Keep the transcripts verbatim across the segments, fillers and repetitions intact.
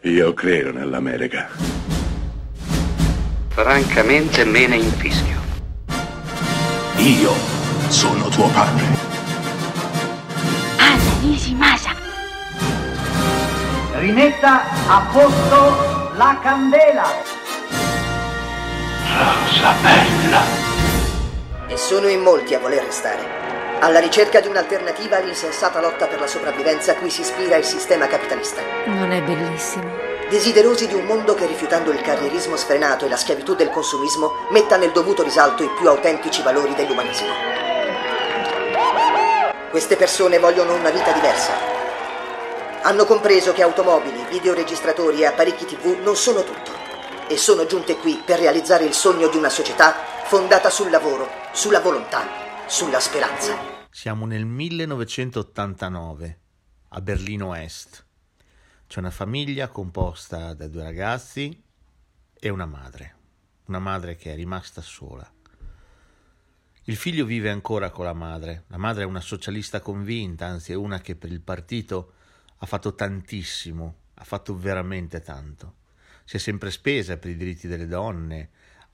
Io credo nell'America. Francamente me ne infischio. Io sono tuo padre. Anna Nishimasa. Rimetta a posto la candela. Rosa bella. E sono in molti a voler restare. Alla ricerca di un'alternativa all'insensata lotta per la sopravvivenza a cui si ispira il sistema capitalista. Non è bellissimo? Desiderosi di un mondo che, rifiutando il carrierismo sfrenato e la schiavitù del consumismo, metta nel dovuto risalto i più autentici valori dell'umanesimo. Queste persone vogliono una vita diversa. Hanno compreso che automobili, videoregistratori e apparecchi tivù non sono tutto. E sono giunte qui per realizzare il sogno di una società fondata sul lavoro, sulla volontà, sulla speranza. Siamo nel millenovecentottantanove, a Berlino Est. C'è una famiglia composta da due ragazzi e una madre. Una madre che è rimasta sola. Il figlio vive ancora con la madre. La madre è una socialista convinta, anzi è una che per il partito ha fatto tantissimo, ha fatto veramente tanto. Si è sempre spesa per i diritti delle donne,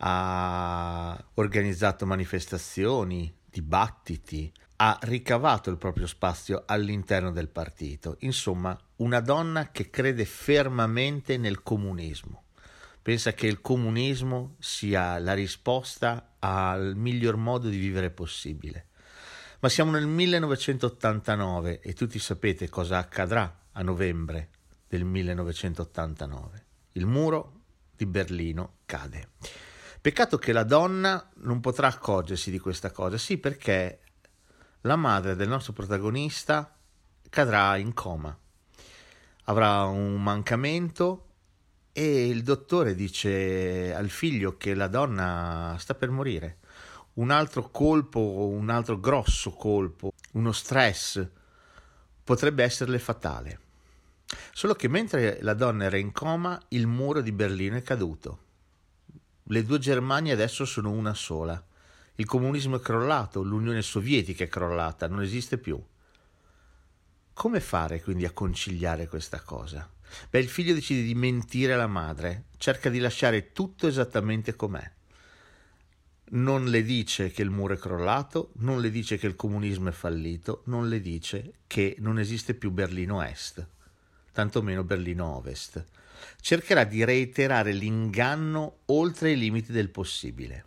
ha organizzato manifestazioni, dibattiti, ha ricavato il proprio spazio all'interno del partito. Insomma, una donna che crede fermamente nel comunismo. Pensa che il comunismo sia la risposta al miglior modo di vivere possibile. Ma siamo nel millenovecentottantanove e tutti sapete cosa accadrà a novembre del millenovecentottantanove. Il muro di Berlino cade. Peccato che la donna non potrà accorgersi di questa cosa, sì, perché la madre del nostro protagonista cadrà in coma, avrà un mancamento e il dottore dice al figlio che la donna sta per morire. Un altro colpo, un altro grosso colpo, uno stress potrebbe esserle fatale. Solo che mentre la donna era in coma, il muro di Berlino è caduto. Le due Germanie adesso sono una sola. Il comunismo è crollato, l'Unione Sovietica è crollata, non esiste più. Come fare quindi a conciliare questa cosa? Beh, il figlio decide di mentire alla madre, cerca di lasciare tutto esattamente com'è. Non le dice che il muro è crollato, non le dice che il comunismo è fallito, non le dice che non esiste più Berlino Est, tantomeno Berlino Ovest. Cercherà di reiterare l'inganno oltre i limiti del possibile.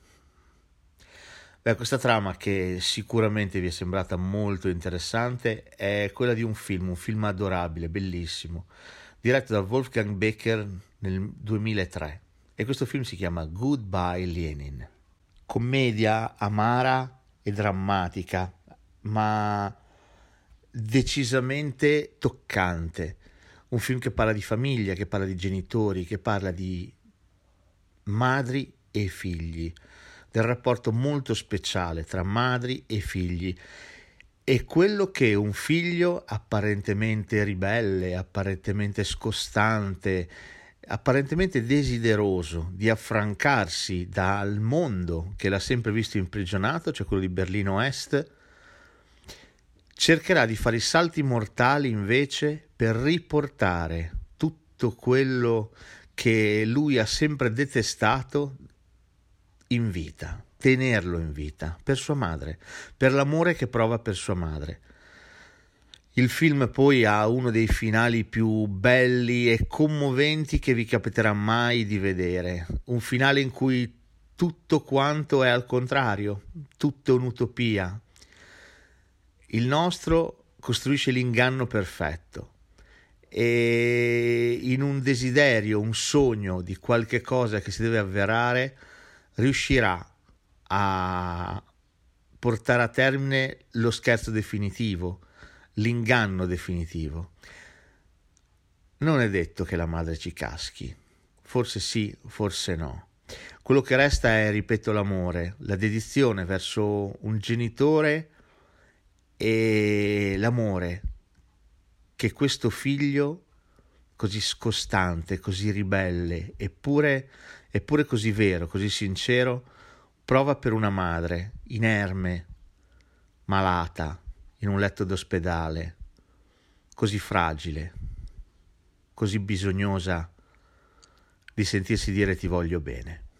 Beh, questa trama, che sicuramente vi è sembrata molto interessante, è quella di un film, un film adorabile, bellissimo, diretto da Wolfgang Becker nel duemilatré. E questo film si chiama Goodbye Lenin. Commedia amara e drammatica, ma decisamente toccante. Un film che parla di famiglia, che parla di genitori, che parla di madri e figli, del rapporto molto speciale tra madri e figli e quello che un figlio apparentemente ribelle, apparentemente scostante, apparentemente desideroso di affrancarsi dal mondo che l'ha sempre visto imprigionato, cioè quello di Berlino Est, cercherà di fare i salti mortali invece per riportare tutto quello che lui ha sempre detestato in vita, tenerlo in vita, per sua madre, per l'amore che prova per sua madre. Il film poi ha uno dei finali più belli e commoventi che vi capiterà mai di vedere, un finale in cui tutto quanto è al contrario, tutto è un'utopia. Il nostro costruisce l'inganno perfetto e in un desiderio, un sogno di qualche cosa che si deve avverare, riuscirà a portare a termine lo scherzo definitivo, l'inganno definitivo. Non è detto che la madre ci caschi, forse sì, forse no. Quello che resta è, ripeto, l'amore, la dedizione verso un genitore e l'amore che questo figlio così scostante, così ribelle, eppure, eppure così vero, così sincero, prova per una madre inerme, malata, in un letto d'ospedale, così fragile, così bisognosa di sentirsi dire ti voglio bene.